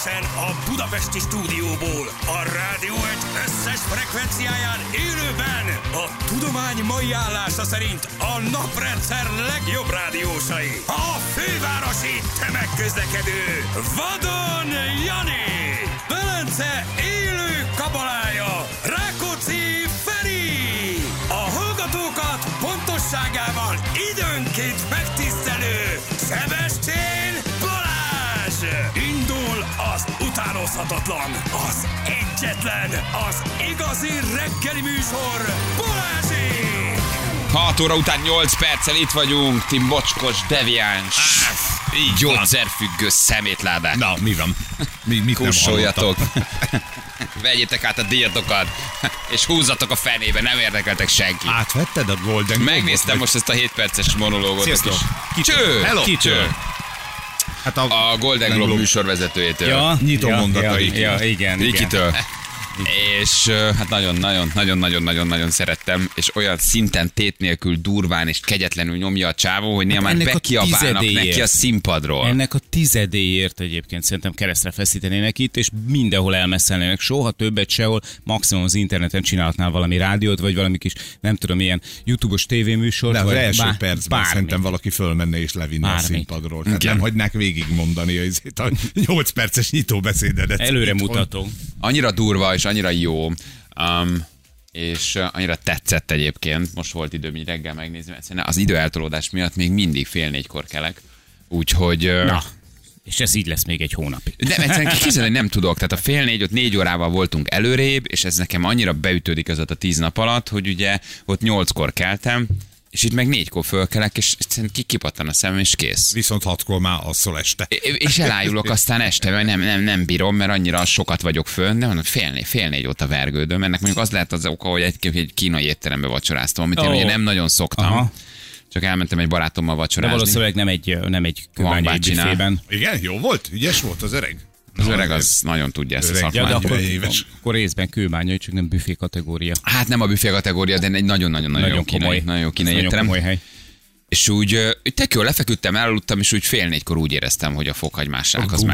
Egyenesen a budapesti stúdióból, a rádió egy összes frekvenciáján élőben a tudomány mai állása szerint a naprendszer legjobb rádiósai. A fővárosi tömegközlekedő Vadon Jani, Velence élő kabalája Rákóczi Feri. A hallgatókat pontosságával időnként megtisztelő Sebestyén Balázs. Indul az utánozhatatlan, az egyetlen, az igazi reggeli műsor, Balázsék! 6 óra után 8 perccel itt vagyunk, ti mocskos, deviáns, gyógyszerfüggő szemétládák. Na, mi van? Mit kussoljatok. Vegyétek át a díjatokat, és húzzatok a fenébe, nem érdekeltek senki. Átvetted a Golden Megnéztem most ezt a 7 perces monológot. Sziasztok. Cső! Hello. Cső! Hát A Golden Globe műsorvezetőjétől. Ja, nyitó mondatai. Ja, igen. Rikitől. És hát nagyon-nagyon szerettem, és olyan szinten tét nélkül durván és kegyetlenül nyomja a csávó, hogy néha már bekiabálnak neki a színpadról. Ennek a 10-éért egyébként szerintem keresztre feszítenének itt, és mindenhol elmesszelnének. Soha többet sehol, maximum az interneten csinálhatnál valami rádiót, vagy valami kis, nem tudom, ilyen YouTube-os tévéműsort. De az vagy első percben bármi. szerintem valaki fölmenne és levinne a színpadról. Tehát nem hagynák végigmondani a 8 perces nyitóbeszédedet. Előremutató. Annyira durva és annyira jó, és annyira tetszett egyébként. Most volt időm így reggel megnézni, mert az időeltolódás miatt még mindig 3:30 kelek. Úgyhogy... Na, és ez így lesz még egy hónapig. De egyszerűen kikizolni nem tudok. Tehát a 3:30, ott 4 órával voltunk előrébb, és ez nekem annyira beütődik az a 10 nap alatt, hogy ugye ott 8-kor keltem, és itt meg 4-kor fölkelek, és egyszerűen kikipattan a szemem, és kész. Viszont 6-kor már asszol este. És elájulok aztán este, mert nem bírom, mert annyira sokat vagyok fönn, de mondom, fél négy óta vergődöm. Ennek mondjuk az lehet az oka, hogy egy kínai étterembe vacsoráztam, amit én ugye nem nagyon szoktam. Aha. Csak elmentem egy barátommal vacsorázni. De valószínűleg nem egy kőbányai büfében. Igen, jó volt? Ügyes volt az öreg? Az öreg az nagyon tudja ezt a szakmát. Ja, akkor részben kőbányai, csak nem büfé kategória. Hát nem a büfé kategória, de egy nagyon jó kínai étterem. Hely. És úgy tök jól lefeküdtem, elaludtam, és úgy 3:30 úgy éreztem, hogy a fokhagymásság az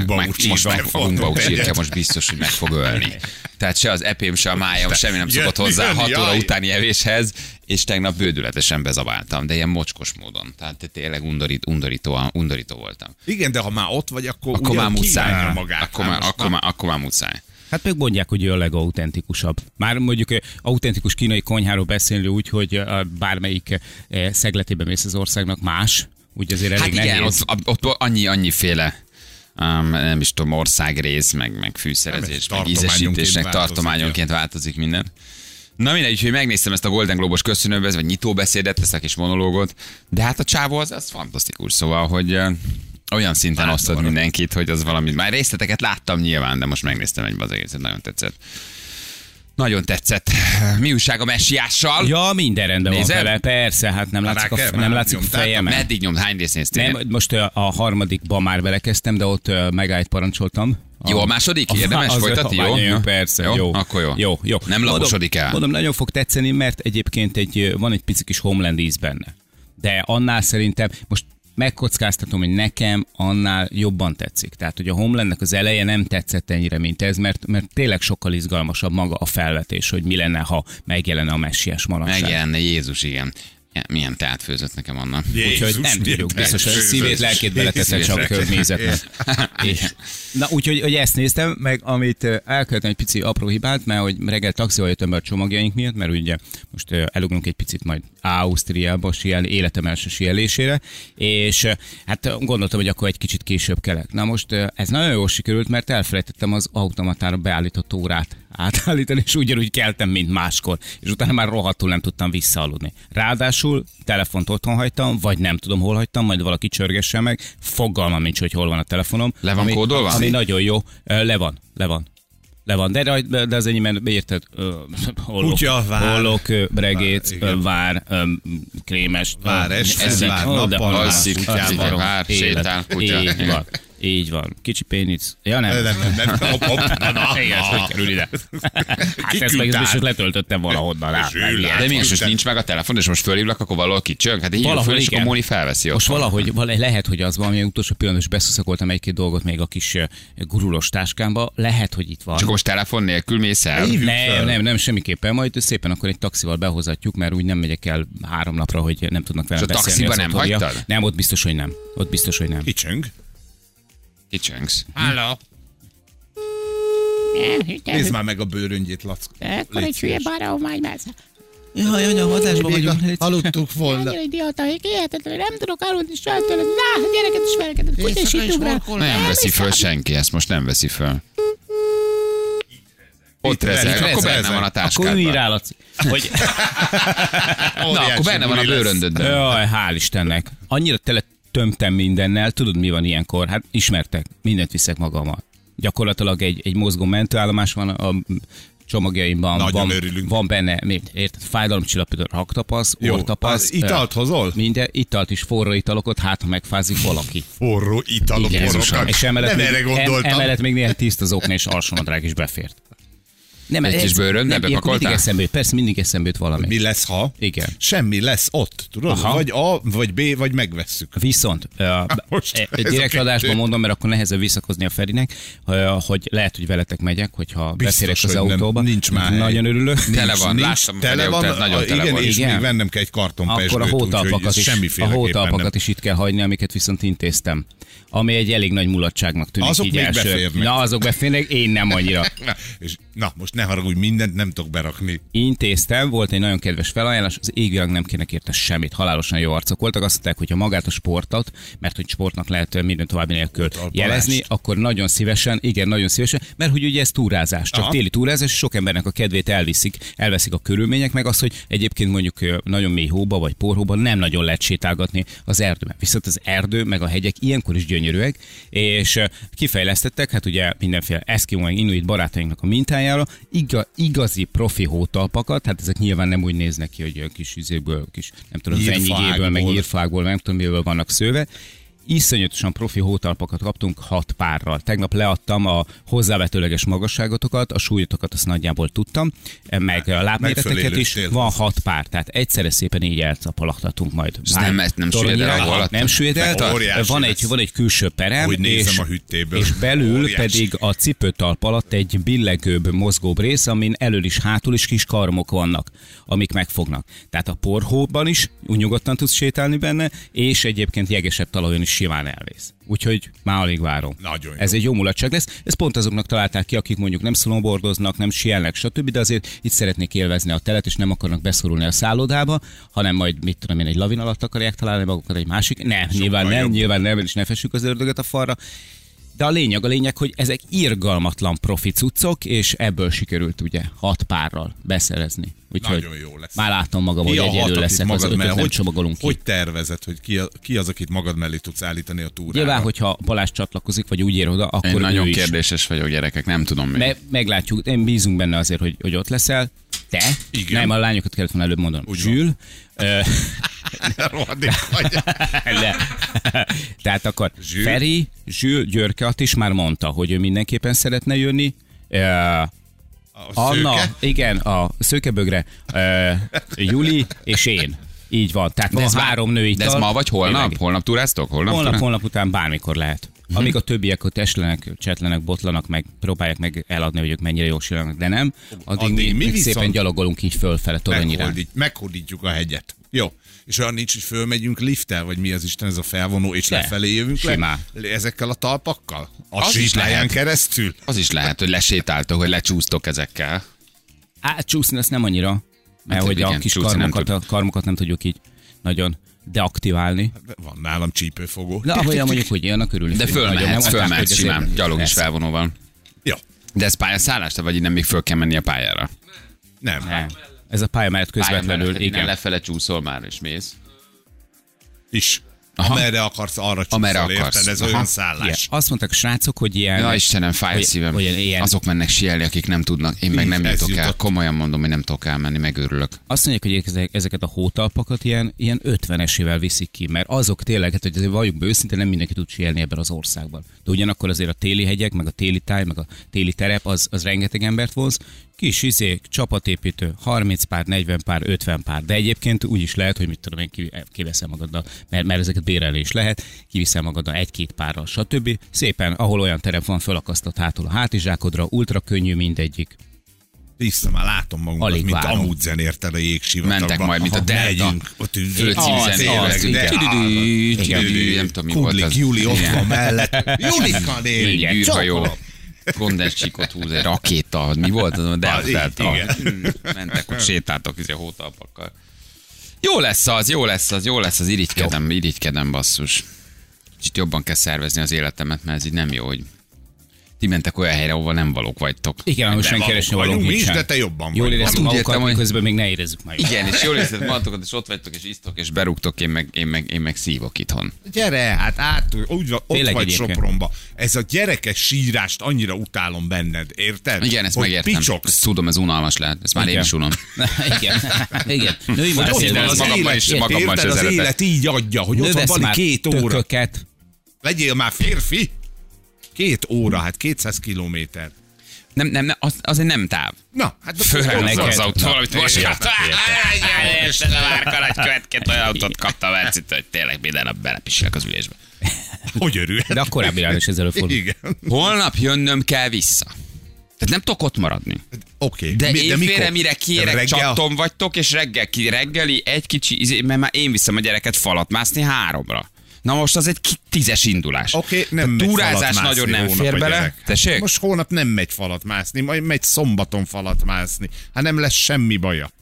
most biztos, hogy meg fog ölni. Tehát se az epém, se a májam, semmi nem szokott hozzá 6 óra utáni evéshez, és tegnap bődületesen bezabáltam, de ilyen mocskos módon. Tehát tényleg undorító voltam. Igen, de ha már ott vagy, akkor már muszáj. Magát. Akkor már muszáj. Hát meg mondják, hogy ő a legautentikusabb. Már mondjuk autentikus kínai konyháról beszélni úgy, hogy bármelyik szegletében mész az országnak más, úgy azért elég hát igen, nehéz. ott annyiféle nem is tudom, országrész, meg fűszerezés, meg ízesítésnek tartományonként változik minden. Na mindegy, úgyhogy megnéztem ezt a Golden Globe-os köszönőbeszédet, vagy nyitóbeszédet, ezt a kis monológot, de hát a csávó az fantasztikus, szóval, hogy olyan szinten osztod mindenkit, hogy az valami. Már részleteket láttam nyilván, de most megnéztem egybe az egészet, nagyon tetszett. Nagyon tetszett. Mi újság a messiással? Ja, minden rendben van vele. Persze, hát nem látszik a fejemen. Meddig nyomd? Hány részt néztél? Nem, most a harmadikban már vele kezdtem, de ott megállt parancsoltam. Jó, a második? Érdemes folytatni? Jó? Persze, jó. Akkor jó. Nem laposodik el. Mondom, nagyon fog tetszeni, mert egyébként van egy pici kis Homeland íz benne. De annál szerintem, most megkockáztatom, hogy nekem annál jobban tetszik. Tehát, hogy a Homelandnek az eleje nem tetszett ennyire, mint ez, mert tényleg sokkal izgalmasabb maga a felvetés, hogy mi lenne, ha megjelenne a messiás manapság. Megjelenne Jézus, igen. Milyen teát főzött nekem annak. Úgyhogy nem tudjuk, biztos, hogy szívét, lelkét beleteszed csak nézetnek. Na, úgyhogy ezt néztem, meg amit elkövettem egy pici apró hibát, mert hogy reggel taxival jöttem be a csomagjaink miatt, mert ugye most elugrunk egy picit majd Ausztriába életem első síelésére, és hát gondoltam, hogy akkor egy kicsit később kelek. Na most ez nagyon jól sikerült, mert elfelejtettem az automatára beállított órát átállítani, és ugyanúgy keltem, mint máskor, és utána már rohadtul nem tudtam visszaaludni. Ráadásul telefont otthon hagytam, vagy nem tudom, hol hagytam, majd valaki csörgesse meg, fogalmam nincs, hogy hol van a telefonom. Le van kódolva? Ami nagyon jó. Le van. De az enyémben érted? Hollók, bregéc, vár, krémes. Vár, vár, nappal, alszik, vár, sétál, kutya. Így van. Kicsi pénic. Ja, nem. Igen, hogy kerül ide. Hát ezt meg biztos letöltöttem valahonnan rá. De mi most nincs meg a telefon, és most fölhívlak, akkor valahol kicsöng? Hát így föl, és akkor Móni felveszi. Most valahogy lehet, hogy az valami utolsó pillanatban is beszuszakoltam egy-két dolgot még a kis gurulós táskámba. Lehet, hogy itt van. Csak most telefon nélkül mész el? Nem, semmiképpen. Majd szépen akkor egy taxival behozatjuk, mert úgy nem megyek el 3 napra, hogy nem tudnak velem beszélni. És a taxiban nem hagytad? Nem, ott biztos, hogy nem. Ott biztos, hogy nem. Kicsöngsz. Halló. Nézd már meg a bőröngyét, Lackó. Akkor egy hülye barom, mász. Jaj, anya, adásban vagyunk. Aludtuk volna. Annyira idióta, hogy hihetetlen, nem tudok aludni soha tőled. Na, gyereket is felkedett, kutyásítunk rá. Nem veszi föl senki, ezt most nem veszi föl. Ott rezeg, akkor benne van a táskádban. Akkor ülj rá, Laci. Hogy... Na, akkor benne van a bőröndödben. Jaj, hál' Istennek. Annyira tele tömtem mindennel, tudod mi van ilyenkor? Hát ismertek, mindent viszek magammal. Gyakorlatilag egy mozgó mentőállomás van a csomagjaimban. Van benne, érted, fájdalomcsillapító, raktapasz, orrtapasz. Italt hozol? Minden, italt is, forró italokat, hát ha megfázik valaki. Forró italok, forrókat. És emellett még néhány tiszta zokna és alsónadrág is befért. Nem, egy kis bőrön, mindig eszembe jut valami. Mi lesz, ha? Igen. Semmi lesz ott, tudod? Aha. Vagy A, vagy B, vagy megvesszük. Viszont, direkt adásban mondom, mert akkor nehezebb visszakozni a Ferinek, hogy lehet, hogy veletek megyek, hogyha beszélek az autóba. Nincs már. Nagyon örülök. Tele van, láttam, tele van, nagyon tele van. És még vennem kell egy kartonpesdőt, akkor a hótalpakat is itt kell hagyni, amiket viszont intéztem. Ami egy elég nagy mulatságnak tűnik. Azok így még első. beférnek. Na, azok beférnek, én nem annyira. Na, most ne haragudj, mindent nem tudok berakni. Intéztem, volt egy nagyon kedves felajánlás, az égvilág nem kérnek érte semmit, halálosan jó arcok voltak. Azt mondták, hogy ha magát a sportot, mert hogy sportnak lehet minden további nélkül jelezni, akkor nagyon szívesen, mert hogy ugye ez túrázás, csak téli túrázás, sok embernek a kedvét elveszik a körülmények, meg az, hogy egyébként mondjuk nagyon mély hóba vagy porhóban nem nagyon lehet sétálgatni az erdőben. Viszont az erdő meg a hegyek ilyenkor is gyönyörűek, és kifejlesztettek, hát ugye mindenféle eszkimó, inuit barátainknak a mintájára, igazi profi hótalpakat, hát ezek nyilván nem úgy néznek ki, hogy kis üzéből, kis nem tudom, fenyigéből, meg írfákból, nem tudom, miből vannak szőve. Iszonyatosan profi hótalpakat kaptunk 6 párral. Tegnap leadtam a hozzávetőleges magasságotokat, a súlyotokat azt nagyjából tudtam, meg a lábméreteket is. Van 6 pár, tehát egyszerre szépen így elcapalaktatunk majd. Nem süllyed el. Nem süllyed el. Van egy külső perem, és belül óriási. Pedig a cipőtalp alatt egy billegőbb, mozgóbb rész, amin elől is, hátul is kis karmok vannak, amik megfognak. Tehát a porhóban is úgy nyugodtan tudsz sétálni benne, és egyébként jegesebb talajon is simán elvész. Úgyhogy már alig várom. Ez egy jó mulatság lesz. Ez pont azoknak találták ki, akik mondjuk nem snowboardoznak, nem sielnek, stb., de azért itt szeretnék élvezni a telet, és nem akarnak beszorulni a szállodába, hanem majd, mit tudom én, egy lavin alatt akarják találni magukat egy másik. Nem, nyilván nem, és ne fessük az ördögöt a falra. De a lényeg, hogy ezek irgalmatlan profi cuccok, és ebből sikerült ugye 6 párral beszerezni. Úgyhogy jó lesz. Már látom magam, hogy egyedül leszek, az 5-öt nem csomagolunk ki. Hogy tervezed, hogy ki az, akit magad mellé tudsz állítani a túrára? Nyilván, hogyha Balázs csatlakozik, vagy úgy ér oda, akkor én nagyon ő kérdéses vagyok, gyerekek, nem tudom még. Meglátjuk, én bízunk benne azért, hogy ott leszel. Te? Igen. Nem, a lányokat kellett volna előbb mondanom. Zsül. Tehát akkor Feri, Zsül, Györke is már mondta, hogy ő mindenképpen szeretne jönni. Anna, igen, a Szőkebögre, Juli és én. Így van. Tehát van 3 női. De ez ma vagy holnap? Holnap túráztok? Holnap után bármikor lehet. Amíg a többiek ott eslenek, csetlenek, botlanak, meg próbálják meg eladni, hogy ők mennyire jól síranak, de nem. Addig mi szépen gyalogolunk így fölfele toronyira. Meghódítjuk a hegyet. Jó. És olyan nincs, hogy fölmegyünk lifttel, vagy mi az Isten ez a felvonó, és lefelé jövünk simán. Ezekkel a talpakkal? Az is lehet keresztül? Az is lehet, hogy lesétáltok, hogy lecsúsztok ezekkel. Csúszni ezt nem annyira, mert hogy a kis karmokat nem tudjuk így nagyon deaktiválni. Van nálam csípőfogó. De olyan mondjuk, hogy annak örülni. De fölmehetsz simán, gyalog is felvonóval. Jó. De ez pályaszállás, vagy innen még föl kell menni a pályára? Nem. Ez a pálya mellett közvetlenül. Igen. Lefele csúszol már, és mész. Is. Amerre akarsz, arra csúszol, érted? Ez olyan szállás. Igen. Azt mondták a srácok, hogy ilyen... Ja, Istenem, fáj a szívem. Azok mennek síelni, akik nem tudnak. Én meg nem jutok el. Komolyan mondom, hogy nem tudok elmenni, megőrülök. Azt mondják, hogy ezeket a hótalpakat ilyen 50-esével viszik ki, mert azok tényleg, hogy azért valljuk be őszintén, nem mindenki tud síelni ebben az országban. De ugyanakkor azért a téli hegyek, meg a téli táj, meg a téli terep, az rengeteg embert vonz. Kis csapatépítő, 30 pár, 40 pár, 50 pár. De egyébként úgy is lehet, hogy mit tudom én, kiveszel magaddal, mert ezeket bérelni is lehet, kiviszel magaddal 1-2 párral, stb. Szépen, ahol olyan terep van, fölakasztott hátul a hátizsákodra, ultra könnyű mindegyik. Tiszta, már látom magunkat, mint Amundsen, érted a jégsivatagban. Mentek majd, mint a Delta. Nem tudom, mi volt az. Júli ott van mellett. Julika néni. Űrhajó. Kondenscsíkot húz, egy rakéta. Mi volt az? Delta. Mentek, ott sétáltak hótalpakkal. Jó lesz az, irigykedem basszus. Kicsit jobban kell szervezni az életemet, mert ez így nem jó, hogy ti mentek olyan helyre, ahol nem valók vagytok. Igen, most nem keresni valók nincsen. De te jobban jól érezzük magukat, közben még ne érezzük meg. Igen, és jól érezzük magatokat, és ott vagytok, és isztok, és berúgtok, én meg szívok itthon. Gyere, hát ott vagy Sopronba. Ez a gyerekes sírást annyira utálom benned, érted? Igen, ezt megértem. Ezt tudom, ez unalmas lehet. Ezt már én is unom. Igen. Női már magamban is az élet így adja, hogy ott van valami 2 óra. Legyél már férfi. 2 óra, hát 200 kilométer. Nem, azért nem táv. Na, hát fölhelyezze az autó, valamit most kapta. És a várka nagy következő olyan autót kapta a Vercitől, hogy tényleg minden nap belepisélek az ülésbe. Hogy örül? De a korábbi is ez előfordul. Igen. Holnap jönnöm kell vissza. Tehát nem tudok ott maradni. Oké. De évfélre, mire kérek, csattom vagytok, és reggeli egy kicsi, mert már én viszem a gyereket falat mászni 3-ra. Na most az egy 10-es indulás. Oké, nem megy túrázás nagyon nem fér bele. Tessék? Most holnap nem megy falat mászni, majd megy szombaton falat mászni. Hát nem lesz semmi baja.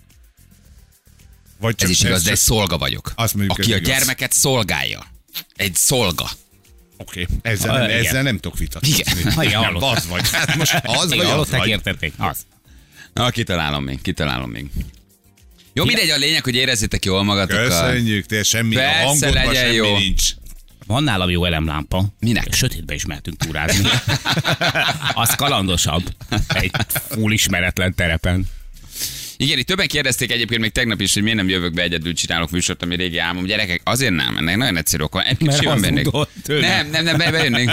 Vagy ez is igaz, de egy szolga vagyok. Aki a gyermeket szolgálja. Egy szolga. Oké, ezzel nem tudok vitatkozni. Igen, az vagy. Hát most az vagy, az vagy. Értették. Az. Na, kitalálom még. Jó, mindegy, a lényeg, hogy érezzétek jól magatokkal. Köszönjük, te semmi a hangodban, semmi jó. Nincs. Van nálam jó elemlámpa. Minek? Sötétbe is mehetünk túrázni. Az kalandosabb. Egy full ismeretlen terepen. Igen, itt többen kérdezték egyébként még tegnap is, hogy miért nem jövök be egyedül, csinálok műsort, ami régi álmom. Gyerekek, azért nem, ennek nagyon egyszerű oka. Mert nem, bejönnénk.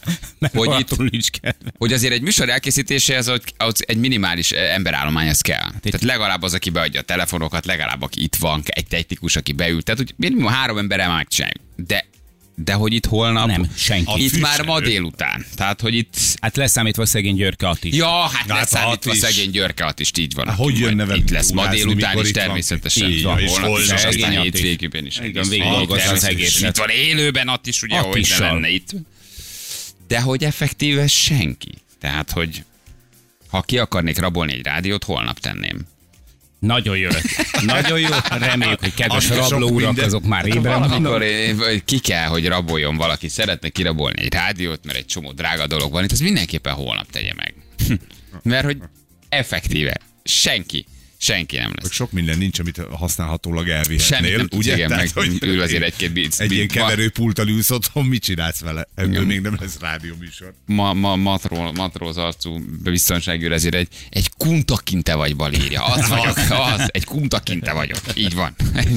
Hogy azért egy műsor elkészítéséhez az egy minimális emberállomány az kell. Tehát legalább az, aki beadja a telefonokat, legalább aki itt van, egy technikus, aki beül. Tehát hogy minimum 3 emberrel már megcsináljuk. De hogy itt holnap, nem, senki. Itt már ma délután. Tehát, hogy itt... Hát leszámítva szegény Györke Attis. Ja, hát leszámítva szegény Györke Attis, így van. Hogy jönne velünk? Itt lesz ma délután is természetesen. Így van, holnap is, és aztán hétvégében is. Igen, végigdolgozza az egészet. Itt van élőben Attis, ugye, hogy ne lenne itt. De hogy effektíve senki. Tehát, hogy ha ki akarnék rabolni egy rádiót, holnap tenném. Nagyon jó. Nagyon jó. Reméljük, hogy kedves rablóurak azok már ébren vannak. Ki kell, hogy raboljon valaki. Szeretne kirabolni egy rádiót, mert egy csomó drága dolog van itt. Ez mindenképpen holnap tegye meg. Mert hogy effektíve senki nem lesz. Sok minden nincs, amit használhatólag elvihetnél. Nem ugye? Igen, meg ül azért egy-két bit. Egy ilyen keverőpulttal ülsz otthon, mit csinálsz vele? Ebből még nem lesz rádióműsor. Matróz arcú biztonságőr ezért egy kuntakinte vagy, Valéria. Az vagyok, egy kuntakinte vagyok. Így van.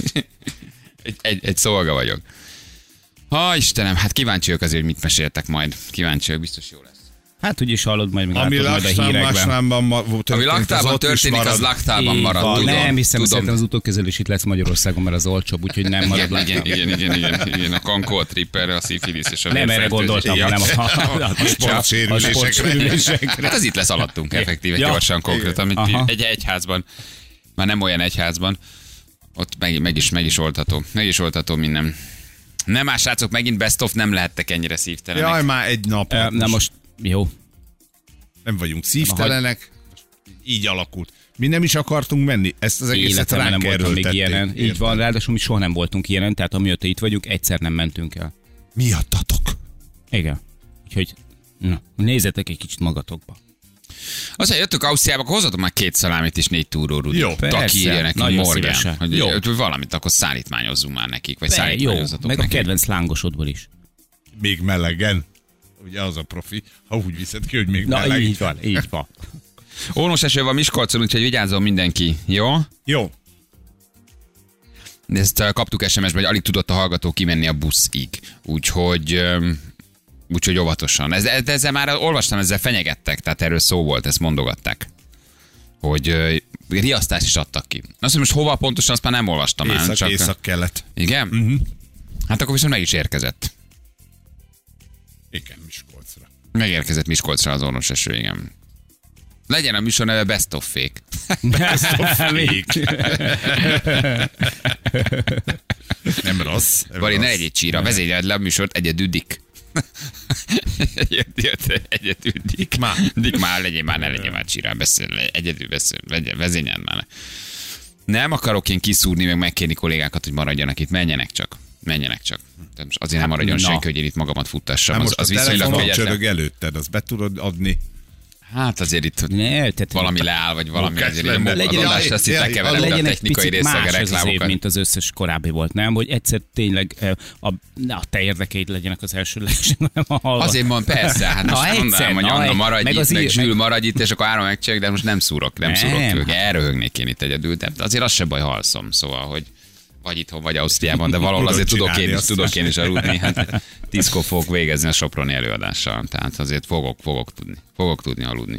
Egy szolga vagyok. Istenem, hát kíváncsi vagyok azért, hogy mit meséltek majd. Kíváncsi vagyok, biztos jó lesz. Hát úgyis hallod, majd meglátod majd a hírekben. Ami Laktában történik, az Laktában marad. Tudom, nem hiszem, szerintem az utókezelés itt lesz Magyarországon, mert az olcsóbb, úgyhogy nem marad Laktában. Igen, a Kankó, a Tripper, a szifilisz és a nem erre gondoltam, hanem a sportsérülésekre. Hát az itt lesz alattunk, effektíve, gyorsan, konkrétan. Egy egyházban, már nem olyan egyházban, ott meg is oldható minden. Nem más, srácok, megint best of, nem lehettek ennyire szívtelenek. Jaj, már egy nap. Na most jó. Nem vagyunk szívtelenek, így alakult. Mi nem is akartunk menni, ezt az egészet ránk erőltették. Így van, ráadásul mi soha nem voltunk ilyenen, tehát amióta itt vagyunk, egyszer nem mentünk el. Miattatok. Igen. Úgyhogy nézzetek egy kicsit magatokba. Aztán jöttök Ausztriába, akkor hozzatok már 2 szalámit és 4 túró Rudi. Jó, aki írja neki Morgan, hogy valamit akkor szállítmányozzunk már nekik, vagy szállítmányozzatok meg nekik. a kedvenc lángosodból is. Még melegen. Ugye az a profi, ha úgy viszed ki, hogy még meleg. Na, így van. Ónos eső van Miskolcon, úgyhogy vigyázzon mindenki, jó? Jó. De ezt kaptuk SMS-ben, hogy alig tudott a hallgató kimenni a buszig. Úgyhogy óvatosan. Ezzel már olvastam, ezzel fenyegettek, tehát erről szó volt, ezt mondogatták. Hogy riasztást is adtak ki. Azt, hogy most hova pontosan, azt már nem olvastam el. Észak-kelet. Igen? Uh-huh. Hát akkor viszont meg is érkezett. Igen, Miskolcra. Megérkezett Miskolcra az ornos eső, igen. Legyen a műsor neve Best of Fake. Best of Fake. Nem rossz. Bari, ne legyél csíra, vezényeld le a műsort egyedüdik. Egyedüdik. Dik már, ne legyél már csíra, egyedül beszél, vezényeld már. Nem akarok én kiszúrni, meg megkérni kollégákat, hogy maradjanak itt, menjenek csak. Most azért nem maradjon senki, hogy én itt magamat futtassam. Most az viszonylag csörög előtted, azt be tudod adni? Hát azért itt valami leáll, vagy valami azért a adást azt itt lekevered a technikai részeg a reklámokat. Mint az összes korábbi volt, nem? Hogy egyszer tényleg a te érdekeid legyenek az elsődlegesen. Azért van, persze, hát most mondanám, hogy Anna maradj itt, meg Zsül maradj itt, és akkor Áron megcsináljuk, de most nem szúrok elröhögnék én itt egyedül, de azért az se baj, ha alszom, szóval, hogy vagy itthon, vagy Ausztriában, de valahol azért tudok én is aludni. Hát 10-kor fogok végezni a soproni előadással, tehát azért fogok tudni aludni.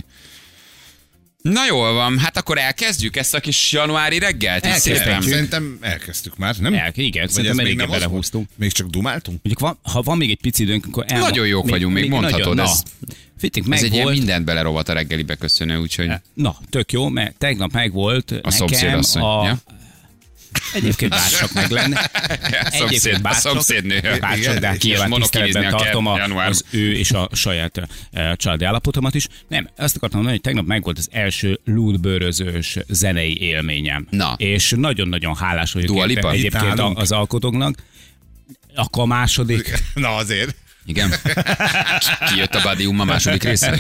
Na jól van, hát akkor elkezdjük ezt a kis januári reggelt. Szerintem elkezdtük már, nem? Igen, szerintem eléggé belehúztunk. Még csak dumáltunk? Mondjuk ha van még egy pici időnk, akkor nagyon jók vagyunk, még mondhatod ezt. Ez egy ilyen mindent belerovat a reggelibe köszönő, úgyhogy... Na, tök jó, mert tegnap megvolt a szomszédasszony. Egyébként bárcsak meg lenne. A szomszédnő. Bárcsak, de nyilván tiszteletben tartom az ő és a saját családi állapotomat is. Nem, azt akartam mondani, hogy tegnap megvolt az első lúdbőrözős zenei élményem. Na. És nagyon-nagyon hálás vagyok egyébként az alkotóknak. Akkor a második. Na azért. Igen. Kijött a Buddy Uma második része?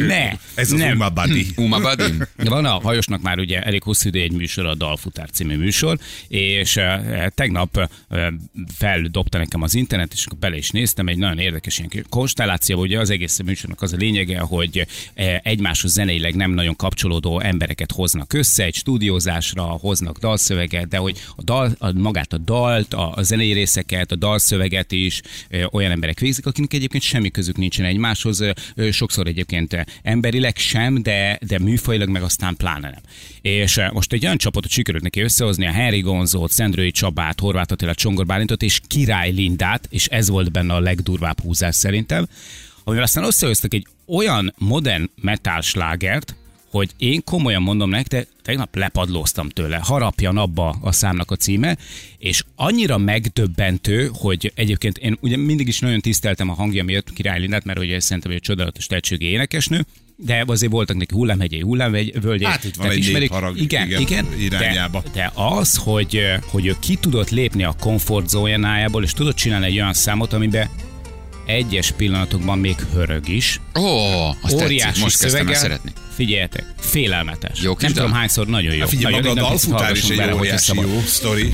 Ez az Uma Buddy. Uma Buddy? Van a Hajosnak már ugye elég hosszú idő egy műsor, a Dalfutár című műsor, és tegnap feldobta nekem az internet, és bele is néztem, egy nagyon érdekes ilyen konstelláció, ugye az egész műsornak az a lényege, hogy egymáshoz zeneileg nem nagyon kapcsolódó embereket hoznak össze, egy stúdiózásra hoznak dalszöveget, de hogy magát a dalt, a zenei részeket, a dalszöveget is olyan emberek végzik, akinek egyébként semmi közük nincsen egymáshoz, sokszor egyébként emberileg sem, de műfajilag meg aztán pláne nem. És most egy olyan csapatot sikerült neki összehozni, a Henry Gonzót, Szendrői Csabát, Horváth Attilát, Csongor Bálintot és Király Lindát, és ez volt benne a legdurvább húzás szerintem, amivel aztán összehoztak egy olyan modern metal slágert, hogy én komolyan mondom nektek, tegnap lepadlóztam tőle, Harapjan abba a számnak a címe, és annyira megdöbbentő, hogy egyébként én ugye mindig is nagyon tiszteltem a hangja miatt Király Lindát, mert ugye szerintem egy csodálatos tehetségű énekesnő, de azért voltak neki hullámhegyei, hullámvölgyei. Hát itt van egy népharag irányába. De az, hogy ő ki tudott lépni a komfortzónájából, és tudott csinálni egy olyan számot, amiben egyes pillanatokban még hörög is. Azt óriási most kezdtem el szeretni. Figyeljetek, félelmetes. Jó, nem tudom hányszor, nagyon jó. Figyelj, maga a Dalfutár is egy óriási jó sztori.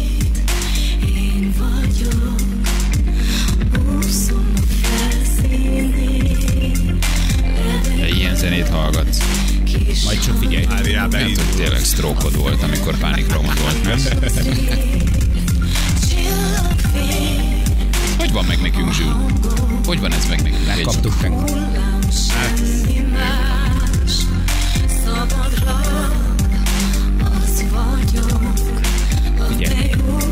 Ilyen zenét hallgatsz. Majd csak figyelj. Nem tudom, tényleg sztrókod volt, amikor pánikromod volt. Hogy van meg nekünk, Zsül? Hogy van ez meg nekünk? Megkaptuk meg. Figyelj.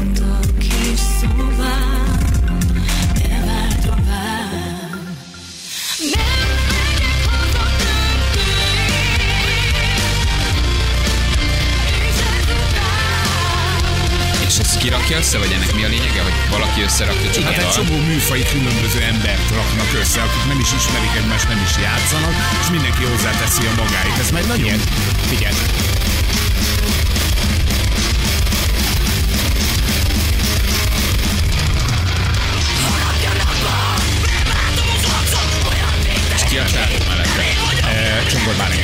És ezt kirakja össze, vagy ennek mi a lényege, hogy valaki összerakja csak hát egy csomó műfai különböző embert raknak össze, akik nem is ismerik egymást, nem is játszanak, és mindenki hozzáteszi a magáit. Ez meg nagyon... Figyelj. És ki a csávó mellette? Csongor Bálint.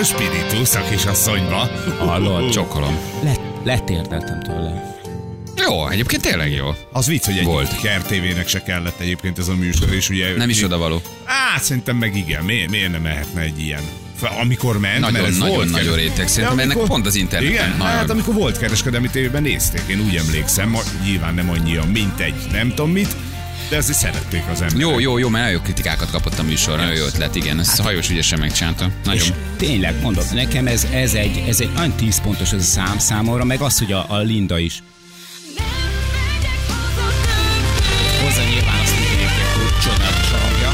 spiritus a kisasszonyba. Hallod, Csokkolom. Letérdeltem tőle. Jó, egyébként tényleg jó. Az vicc, hogy Volt. egy KRTV-nek se kellett egyébként ez a műsor, és ugye... Nem is odavaló. Szerintem meg igen. Miért nem mehetne egy ilyen? Amikor ment, Nagyon, mert ez nagyon, volt nagyon réteg. Szerintem ennek pont az interneten. Igen? Nagyon. Hát amikor volt kereskedelmi tévében nézték, én úgy emlékszem, nyilván nem annyian, mint egy nem tudom mit, de azért szerették az emberek. Jó, mert nagyon jó kritikákat kapott a műsor, nagyon jó ötlet, igen. Ezt hajós ügyesen megcsinálta. És Nagyon. tényleg, mondom, nekem ez egy nagyon 10 pontos ez a szám számomra, meg az, hogy a Linda is. Hozzá nyilván azt mondják, hogy csodálatos a hangja.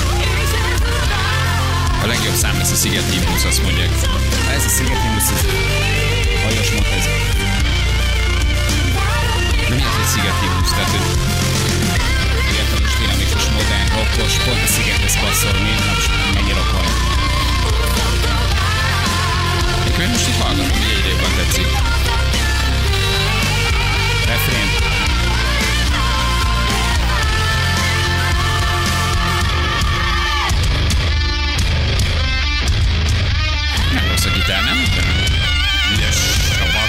A legjobb szám lesz a Sziget Himnusz, azt mondják. Ez a Sziget Himnusz, ez hajós mondta ez. De mi az, hogy Sziget Himnusz? Tehát, hogy Fiatalos, dinamikus, modern, rockos, pont a Szigethez passzol, na most mennyi rock van. én most itt hallgatom, hogy egyre jobban tetszik. Refrén. Nem rossz a gitár, nem? Ügyes csapat.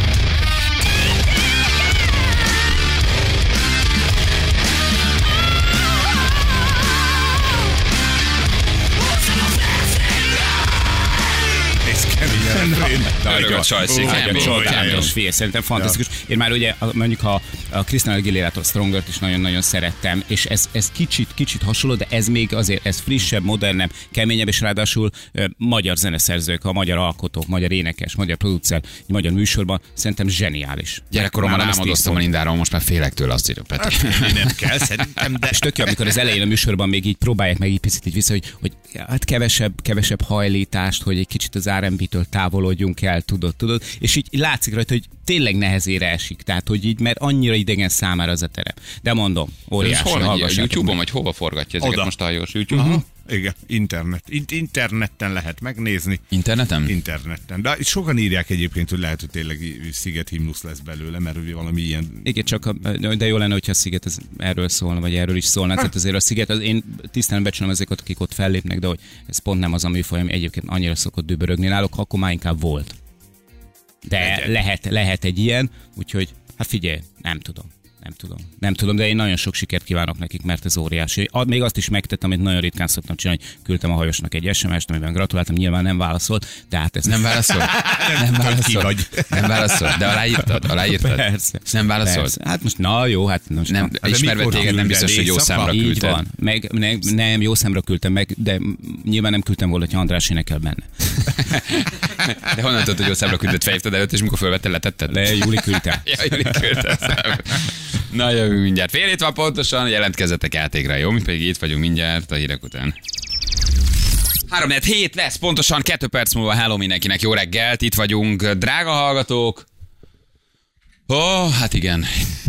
Ez keményen. Nagyon csajszik, Csodálatos fél, szerintem fantasztikus. Én már ugye mondjuk a Christina Aguilera-tól Strongert is nagyon-nagyon szerettem, és ez kicsit hasonló, de ez még azért, ez frissebb, modernebb, keményebb, és ráadásul magyar zeneszerzők, a magyar alkotók, magyar énekes, magyar producer, magyar műsorban, szerintem zseniális. Gyerekkoromban álmodoztam a Lindáról, most már félek tőle, azt írja Peti. Nem kell, szerintem, de... És tök jó, amikor az elején a műsorban még így próbálják meg így picit így vissza, hogy hát kevesebb hajlítást, hogy egy kicsit az R&B-től távolodjunk el, tudod, és így látszik rajta, hogy tényleg nehezére esik, tehát hogy így, mert annyira idegen számára az a terep. De mondom, óriási. Hol megy? A YouTube-on, vagy hova forgatja ezeket most a hajós YouTube-on? Igen, interneten lehet megnézni. Interneten? Interneten. De sokan írják egyébként, hogy lehet, hogy tényleg Sziget Himnusz lesz belőle, mert valami ilyen... Igen, de jó lenne, hogyha a Sziget ez erről szólna, vagy erről is szólna. Tehát azért a Sziget, én tisztán becsülöm ezeket, akik ott fellépnek, de hogy ez pont nem az a műfaj, ami egyébként annyira szokott dübörögni náluk, akkor már inkább volt. De lehet egy ilyen, úgyhogy hát figyelj, nem tudom, de én nagyon sok sikert kívánok nekik, mert ez óriási. Még azt is megtettem, amit nagyon ritkán szoktam csinálni, hogy küldtem a hajosnak egy SMS-t, amiben gratuláltam, nyilván nem válaszolt, de hát ez nem válaszol. Nem válaszol. De aláírtad? Persze. Nem válaszolt? Persze. Hát most, na jó, hát most nem, ismerve téged nem biztos, hogy jó számra küldted. Így van. Nem, jó számra küldtem meg, de nyilván nem küldtem volna, hogy András énekel benne. De honnan tudod, hogy jó számra küldött, felhívtad előtt, és mikor fölvetted, letetted? De Júli küldte. Ja, Júli küldte. Na, jövünk mindjárt. Fél hét van pontosan, jelentkezzetek játékra, jó? Mi pedig itt vagyunk mindjárt a hírek után. 3-4-7 lesz, pontosan 2 perc múlva. Hello mindenkinek, jó reggelt, itt vagyunk, drága hallgatók. Hát igen.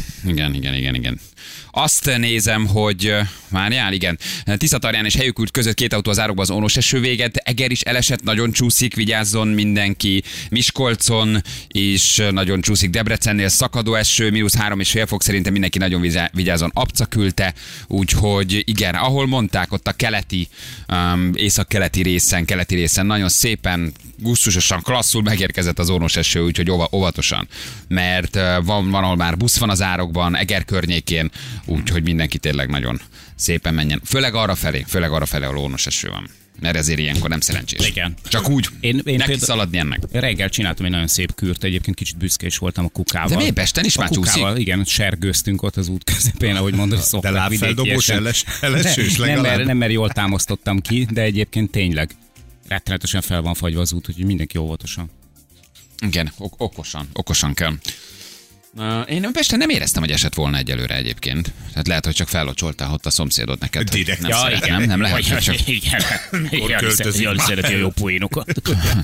Azt nézem, hogy várjál, igen. Tiszatarján és Helyükült között 2 autó az árokba az ónos eső véget. Eger is elesett, nagyon csúszik, vigyázzon mindenki. Miskolcon is nagyon csúszik. Debrecennél szakadó eső, -3,5 fok, szerintem mindenki nagyon vigyázzon. Apca küldte, úgyhogy igen, ahol mondták, ott a keleti, észak-keleti részen nagyon szépen, gusztusosan, klasszul megérkezett az ónos eső, úgyhogy óvatosan. Mert van, ahol már busz van az árokban, Eger környékén, úgyhogy mindenki tényleg nagyon szépen menjen. Főleg arra felé, ahol ónos eső van. Mert ezért ilyenkor nem szerencsés. Igen. Csak úgy, én neki szaladni ennek. Reggel csináltam egy nagyon szép kűrt, egyébként kicsit büszke is voltam a kukával. De miért Pesten is már csúszik? Igen, sergőztünk ott az út közepén, ahogy mondod, szokták. De lábfeldobós elesős legalább. Nem, mert jól támasztottam ki, de egyébként tényleg rettenetesen fel van fagyva az út, úgyhogy mindenki óvatosan. Igen, okosan kell. Én Pesten nem éreztem, hogy esett volna egyelőre egyébként. Tehát lehet, hogy csak fellocsoltál ott a szomszédod neked. Direkt. Nem lehet, hogy csak... Igen, jól szereti a jó poénokat.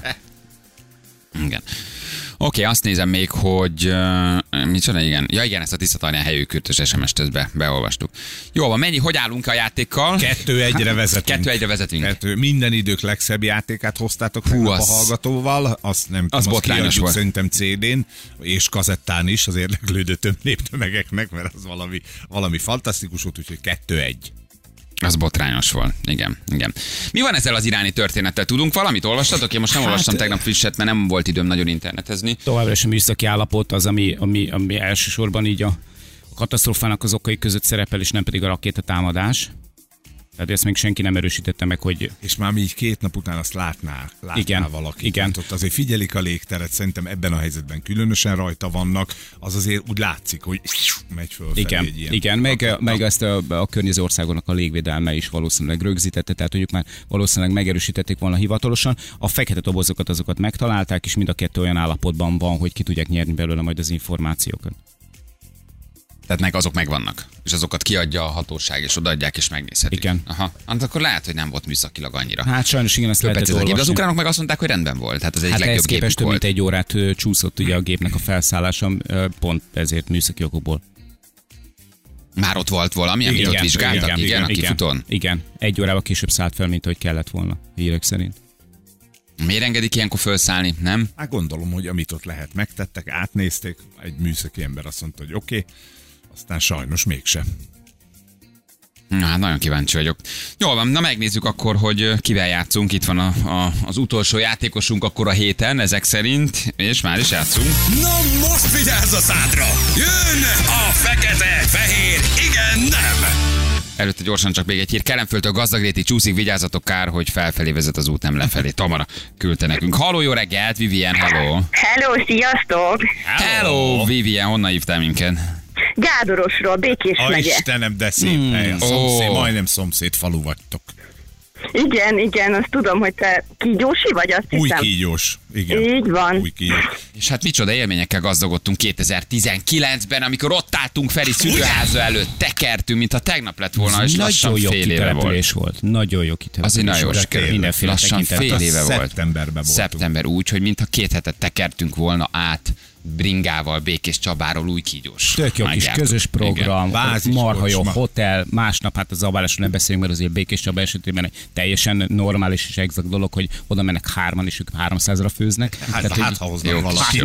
Igen. Oké, azt nézem még, hogy... micsoda, igen. Ja igen, ezt a Tiszatarján Helyükültös SMS-t ezt beolvastuk. Jó van, hogy állunk a játékkal? 2-1-re vezetünk. 2-1-re vezetünk. Minden idők legszebb játékát hoztátok meg a hallgatóval. Azt nem az tudom, botrányos volt. Szerintem CD-n és kazettán is az érdeklődő néptömegeknek, mert az valami fantasztikus volt, úgyhogy 2-1. Az botrányos volt, igen. Mi van ezzel az iráni történettel? Tudunk valamit? Olvastatok? Én most nem olvastam tegnap frisset, mert nem volt időm nagyon internetezni. Továbbra sem műszaki állapot az, ami elsősorban így a katasztrófának az okai között szerepel, és nem pedig a rakétatámadás. Tehát ezt még senki nem erősítette meg, hogy... És már így 2 nap után azt látná valaki. Igen. Hát ott azért figyelik a légteret, szerintem ebben a helyzetben különösen rajta vannak, az azért úgy látszik, hogy megy fölfelé egy ilyen... Igen, meg ezt a környező országoknak a légvédelme is valószínűleg rögzítette, tehát hogy már valószínűleg megerősítették volna hivatalosan. A fekete dobozokat azokat megtalálták, és mind a kettő olyan állapotban van, hogy ki tudják nyerni belőle majd az információkat. Tehát azok megvannak, és azokat kiadja a hatóság, és odaadják, és megnézhetik. Igen. Aha. Akkor lehet, hogy nem volt műszakilag annyira. Hát sajnos igen, ezt lehetett olvasni. De az ukránok meg azt mondták, hogy rendben volt. Hát az egyik legjobb gépük képest több volt. mint 1 órát csúszott ugye a gépnek a felszállása, pont ezért műszaki okokból. Már ott volt valami, amit ott vizsgáltak? Igen, a kifutón? Igen, 1 órával később szállt fel, mint hogy kellett volna, hírek szerint. Miért engedik ilyenkor felszállni, nem? Hát gondolom, hogy amit ott lehet megtettek, átnézték, egy műszaki ember azt mondta, hogy oké, aztán sajnos mégsem. Na, hát nagyon kíváncsi vagyok. Jól van, na megnézzük akkor, hogy kivel játszunk. Itt van az utolsó játékosunk akkor a héten, ezek szerint, és már is játszunk. Na most vigyázz a szádra! Jön a fekete, fehér, igen, nem! Előtte gyorsan csak még egy hír. Kelenföldtől Gazdagréti csúszik, vigyázzatok, kár, hogy felfelé vezet az út, nem lefelé. Tamara küldte nekünk. Halló, jó reggelt, Vivien, hello. Hello, sziasztok! Hello, Vivien, honnan hívtál minket? Gádorosról, Békés megye. Istenem, de szép hely. Majdnem szomszéd falu vagytok. Igen, azt tudom, hogy te kígyósi vagy, azt hiszem. Új kígyós, igen. Így van. Új kígyós. És hát micsoda élményekkel gazdagodtunk 2019-ben, amikor ott álltunk Feri szülőháza előtt, tekertünk, mintha tegnap lett volna, és lassan fél éve volt. Nagyon jó kitelepülés Azért nagyon volt. Mindenféle lassan fél éve volt. Szeptemberben voltunk. Szeptember úgy, hogy mintha 2 hetet tekertünk volna át bringával Békés Csabáról Újkígyós. Tök jó kis közös program, marha jó hotel, másnap hát a zabálásról nem beszélünk, mert azért Békés Csaba esetében egy teljesen normális és exakt dolog, hogy oda mennek 3-an, és ők 300-ra főznek. Hát ha hoznak valaki.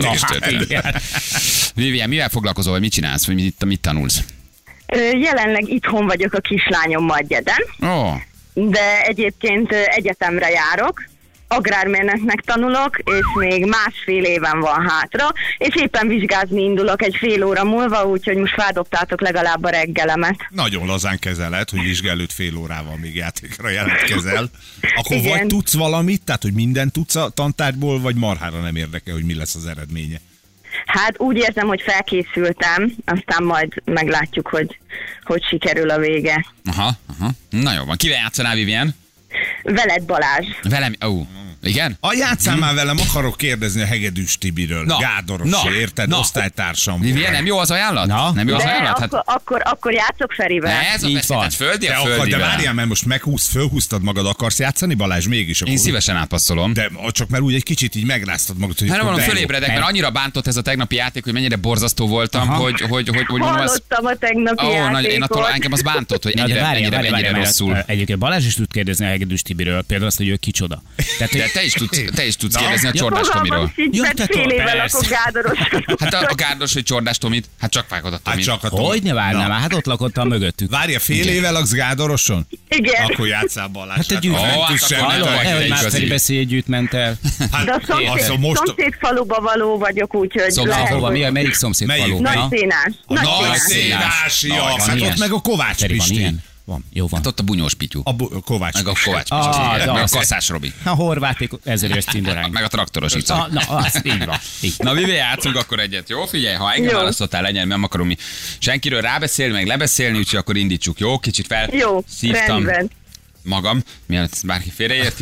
Vivien, mivel foglalkozol, vagy mit csinálsz, vagy mit tanulsz? Jelenleg itthon vagyok a kislányommal Gyeden, de egyébként egyetemre járok. Agrármérnöknek tanulok, és még 1,5 éven van hátra, és éppen vizsgázni indulok egy fél óra múlva, úgyhogy most feldobtátok legalább a reggelemet. Nagyon lazán kezeled, hogy vizsgál előtt fél órával még játékra jelentkezel. Akkor igen. Vagy tudsz valamit, tehát hogy mindent tudsz a tantárgyból, vagy marhára nem érdekel, hogy mi lesz az eredménye? Hát úgy érzem, hogy felkészültem, aztán majd meglátjuk, hogy sikerül a vége. Aha. Na jó van. Kivel játszanál, Vivien? Veled, Balázs. Velem? Igen? Játszál már velem, akarok kérdezni a Hegedűs Tibiről. Gádoros, érted? Osztálytársam. Vivien, nem jó az ajánlat? Nem jó az ajánlat? Hát... Akkor játszok Ferivel. Ez a beszéd, földi. De várjál, mert most fölhúztad magad, akarsz játszani, Balázs, mégis. Én szívesen átpasszolom. De csak mert úgy egy kicsit így megráztad magad, hogy... Hát nem, fölébredek, mert annyira bántott ez a tegnapi játék, hogy mennyire borzasztó voltam, hogy hallottam a tegnapi játékot. Én attól engem az bántott, hogy ennyire rosszul. Egyébként Balázs is tud kérdezni a Hegedűs Tibiről, például azt, hogy ő kicsoda. De te is tudsz kérdezni a Csordás Tomiról. Fél éve lakok Gádoros. Hát a Gárdos, hogy Csordás Tomit, hát csak vágod a Tomit. Hogyne várnál, hát ott lakottam mögöttük. Várja, fél éve laksz Gádoroson? Igen. Akkor játsszál Balázs. Hát egy hogy már Feri beszél együtt ment el. De a szomszéd faluba való vagyok, úgyhogy lehet. Melyik szomszéd falu? Nagyszénás. Nagyszénás, hát ott meg a Kovács Pisti. Van, jó van. Hát ott a Bunyós Pityu. Kovács. Meg a Kovács Pisti. Meg a Kasszás Robi. A horváték 1000 éves cinderánk. Meg a traktoros Ica. Na, az így van. Na, Vivi, játszunk akkor egyet. Jó, figyelj, ha engem választottál, legyen, nem akarom mi senkiről rábeszélni, meg lebeszélni, úgyhogy akkor indítsuk. Jó, kicsit felszívtam magam, mielőtt bárki félreérti,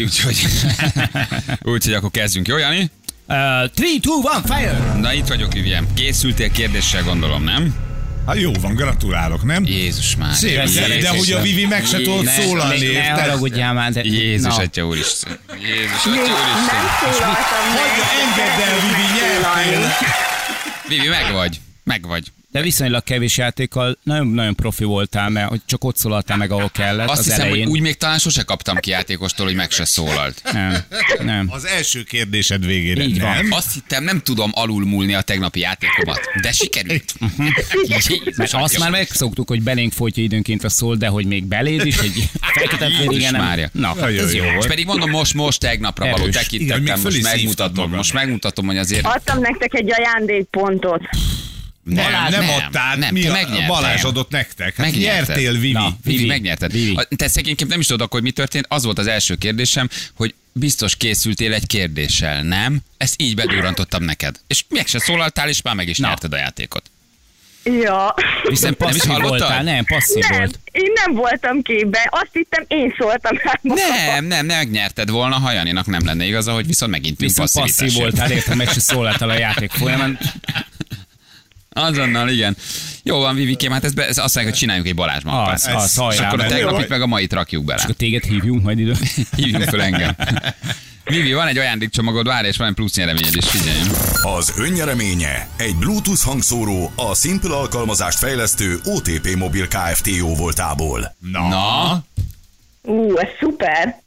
úgyhogy akkor kezdjünk. Jó, Jani? 3, 2, 1, fire! Na, itt vagyok, Vivien. Készültél kérdéssel, gondolom, nem? Hát jó van, gratulálok, nem? Jézus már. Szép, de hogy a Vivi meg se tudott szólalni. Ne haragudjál már, de... Jézus, atya úristen. Jézus, atya úristen. Nem szólaltam meg. Engedd el, Vivi, nyertél. Vivi, megvagy. De viszonylag kevés játékkal nagyon profi voltál, mert hogy csak ott szólaltál meg, ahol kellett. Azt az hiszem, elején. hogy úgy még talán sose kaptam ki játékostól, hogy meg se szólalt. Nem. Az első kérdésed végére. Így van. Nem? Azt hittem, nem tudom alulmúlni a tegnapi játékomat, de sikerült. Mert azt már megszoktuk, hogy belénk folytja időnként a szól, de hogy még beléd is egy fekete Jézus nem. Mária. Na, ez jó És volt. pedig mondom, most tegnapra való Erős. tekintettem, Igen, most megmutatom, hogy azért... Adtam nektek egy ajándékpontot. Nem adtál. Nem, Mi te a megnyerted. Balázs adott nektek. Hát Megnyerted. nyertél, Vivi. Na, Vivi, megnyerted. Vivi. Te szegényként nem is tudod, hogy mi történt. Az volt az első kérdésem, hogy biztos készültél egy kérdéssel, nem? Ezt így bedurrantottam neked. És meg se szólaltál, és már meg is nyerted a játékot. Ja. Viszont Nem is passzív hallottad? voltál, nem, passzív Nem, volt. én nem voltam képben. Azt hittem, én szóltam rá. Nem, megnyerted volna, ha Janinak nem lenne igaza, hogy viszont megint Viszont passzív voltál, értem, meg se szólaltál a játék folyamán. Azonnal, igen. Jó van, Vivikém, hát ez azt mondják, hogy csináljunk egy Balázs mappát. Az, És akkor a hajrá. tegnapit meg a mait rakjuk bele. És akkor téged hívjunk majd idő. Hívjunk fel engem. Vivi, van egy ajándékcsomagod, várj, és van egy plusz nyereményed is, figyeljünk. Az önnyereménye egy Bluetooth hangszóró a Simple alkalmazást fejlesztő OTP Mobil Kft. Jóvoltából. Na? Ez szuper.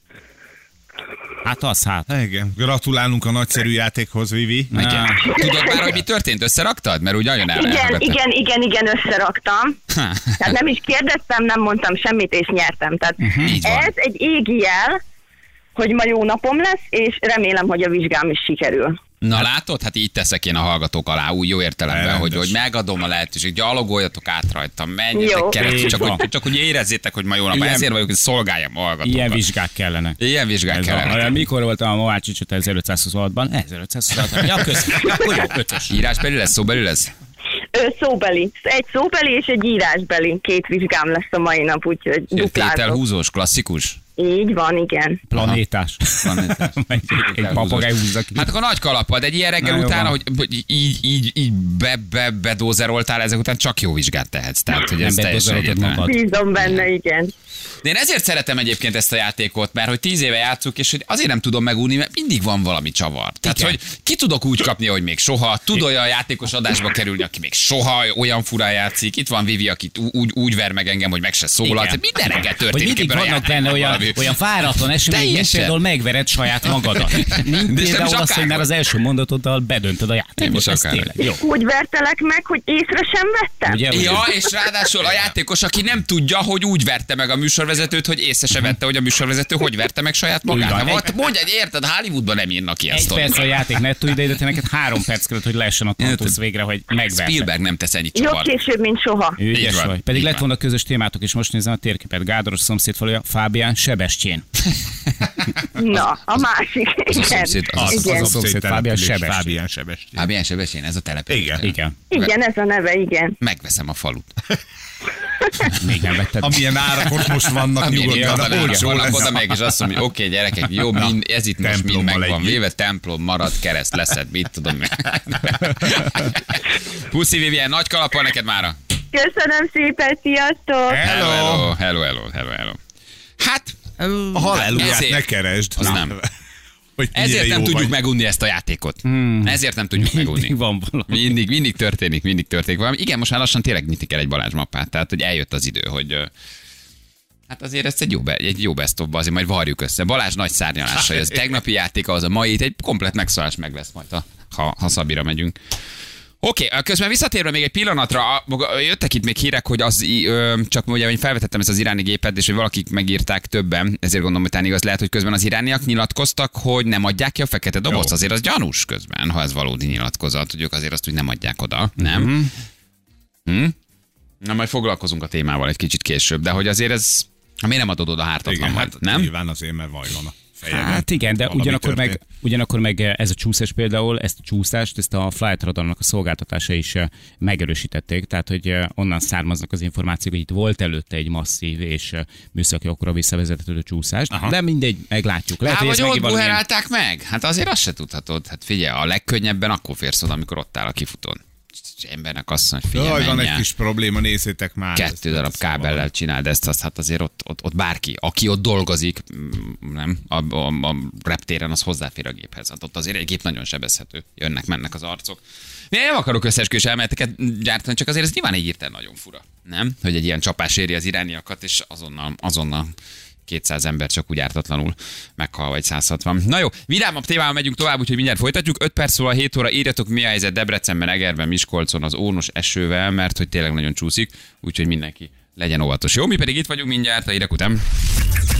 Hát. Igen. Gratulálunk a nagyszerű játékhoz, Vivi. Igen. Tudod már, hogy mi történt? Összeraktad? Mert úgy nagyon elvettem. Igen, összeraktam. Tehát nem is kérdeztem, nem mondtam semmit, és nyertem. Tehát Így van. ez egy égi jel, hogy ma jó napom lesz, és remélem, hogy a vizsgám is sikerül. Na látod, hát így teszek én a hallgatók alá, úgy jó értelemben, Elrendes. hogy megadom a lehetőséget, gyalogoljatok át rajtam, menjetek Jó. keresztül, csak hogy érezzétek, hogy ma jó nap. Ilyen- Ezért vagyok, hogy szolgáljam a hallgatókat. Ilyen vizsgák kellene. Ilyen vizsgák kellene. Mikor voltam a Mohácsicsot 1526-ban? 1526-ban. Ja, köszönöm. Akkor jó, 5-ös. Írásbeli lesz, szóbeli lesz? Szóbeli. Egy szóbeli és egy írásbeli. 2 vizsgám lesz a mai nap, úgyhogy duplázok. Tételhúzós, klasszikus? Így van, igen. Planétás. Planétás. Egy papagáj húzza ki. Hát akkor nagy kalappal, de egy ilyen reggel Na, jó után, van. hogy így bedózeroltál, ezek után csak jó vizsgát tehetsz. Tehát, hogy ez Nem teljesen bedózeroltad egyértelmű. magad. Bízom benne, igen. De én ezért szeretem egyébként ezt a játékot, mert hogy 10 éve játszunk, és hogy azért nem tudom megunni, mert mindig van valami csavar. Tehát, Igen. hogy ki tudok úgy kapni, hogy még soha, tud olyan játékos adásba kerülni, aki még soha olyan furán játszik. Itt van Vivi, aki úgy ver meg engem, hogy meg se szólalt. Igen. Minden reggel Hogy történik mindig ebben a vannak benne játékban olyan váratlan események, mint Teljesen. például megvered saját magadat. Mint nem is például az, akár. hogy már az első mondatoddal bedöntöd a Nem játékot. is Ez akár. tényleg jó. Úgy vertelek meg, hogy észre sem vettem. Ugye, Ja, és ráadásul a játékos, aki nem tudja, hogy úgy verte meg a műsorvezetőt, hogy észre se vette, hogy a műsorvezető hogy verte meg saját magát. Úgy van. Hát mondj, érted, Hollywoodban nem írnak ki Egy ezt. perc a játék nettó ide, de te neked 3 perc kellett, hogy leessen a tantusz végre, hogy megverte. Spielberg nem tesz ennyit Jobb csavar. később, mint soha. Így Ügyes van, vagy. Pedig így lett van. volna közös témátok, és most nézem a térképet. Gádoros szomszédfaluja, Fábián Sebestyén. Na, a másik. a szomszéd, Igen. az a szomszéd, Fábián Sebestyén. Fábián Sebestyén. Fábián Sebestyén, ez a település. Igen. Igen, Igen, ez a neve, igen. Megveszem a falut. még nem vetted. Amilyen árak ott most vannak nyugodtan, olcsó Vannak oda lesz. meg, és azt mondom, hogy oké, gyerekek, jó, ez itt most mind Templommal megvan együtt. véve, templom marad, kereszt leszed, mit tudom én. Puszi Vivien, nagy kalappal neked mára. Köszönöm szépen, sziasztok! Hello. Hát, A haláluját ezért. ne keresd. Az nem. Hogy milyen Ezért nem jó tudjuk vagy. megunni ezt a játékot. Ezért nem tudjuk megunni. Mindig van valami. Mindig történik valami. Igen, most már lassan tényleg nyitni kell egy Balázs mappát, tehát hogy eljött az idő, hogy hát azért ezt egy jó best of-ba azért majd varjuk össze. Balázs nagy szárnyalása, az tegnapi játéka, az a mai, egy komplet megszólás meg lesz majd, ha Szabira megyünk. Oké, közben visszatérve még egy pillanatra, jöttek itt még hírek, hogy csak ugye, hogy felvetettem ezt az iráni gépet, és hogy valakik megírták többen, ezért gondolom, hogy talán igaz lehet, hogy közben az irániak nyilatkoztak, hogy nem adják ki a fekete dobozt. Azért az gyanús közben, ha ez valódi nyilatkozat, hogy ők azért azt úgy nem adják oda, nem? Na, majd foglalkozunk a témával egy kicsit később, de hogy azért ez, miért nem adod oda hártatlan Igen, majd, hát nem? nyilván azért, mert vaj van a fejeden. Hát igen, de Valami ugyanakkor meg ez a csúszás például, ezt a csúszást, ezt a Flight Radarnak a szolgáltatása is megerősítették, tehát hogy onnan származnak az információk, hogy itt volt előtte egy masszív és műszaki okra visszavezethető csúszás, de mindegy, meglátjuk. Lehet, hogy ez Vagy ott megint valamilyen- buherálták meg? Hát azért azt se tudhatod. Hát figyelj, a legkönnyebben akkor férsz oda, amikor ott áll a kifutón. embernek azt mondja, hogy figyelj, van egy kis probléma, nézzétek már. 2 darab kábellel csináld ezt, azt, hát azért ott bárki, aki ott dolgozik, nem, a reptéren, az hozzáfér a géphez. Hát ott azért egy gép nagyon sebezhető. Jönnek-mennek az arcok. Én nem akarok összeesküvés elméleteket gyártani, csak azért ez nyilván egy hirtelen nagyon fura. Nem? Hogy egy ilyen csapás éri az irániakat, és azonnal 200 ember csak úgy ártatlanul meghal, vagy 160. Na jó, vidámabb témával megyünk tovább, úgyhogy mindjárt folytatjuk. 5 perc szóval 7 óra, írjatok, mi a helyzet Debrecenben, Egerben, Miskolcon az ónos esővel, mert hogy tényleg nagyon csúszik, úgyhogy mindenki legyen óvatos. Jó, mi pedig itt vagyunk mindjárt a hírek után.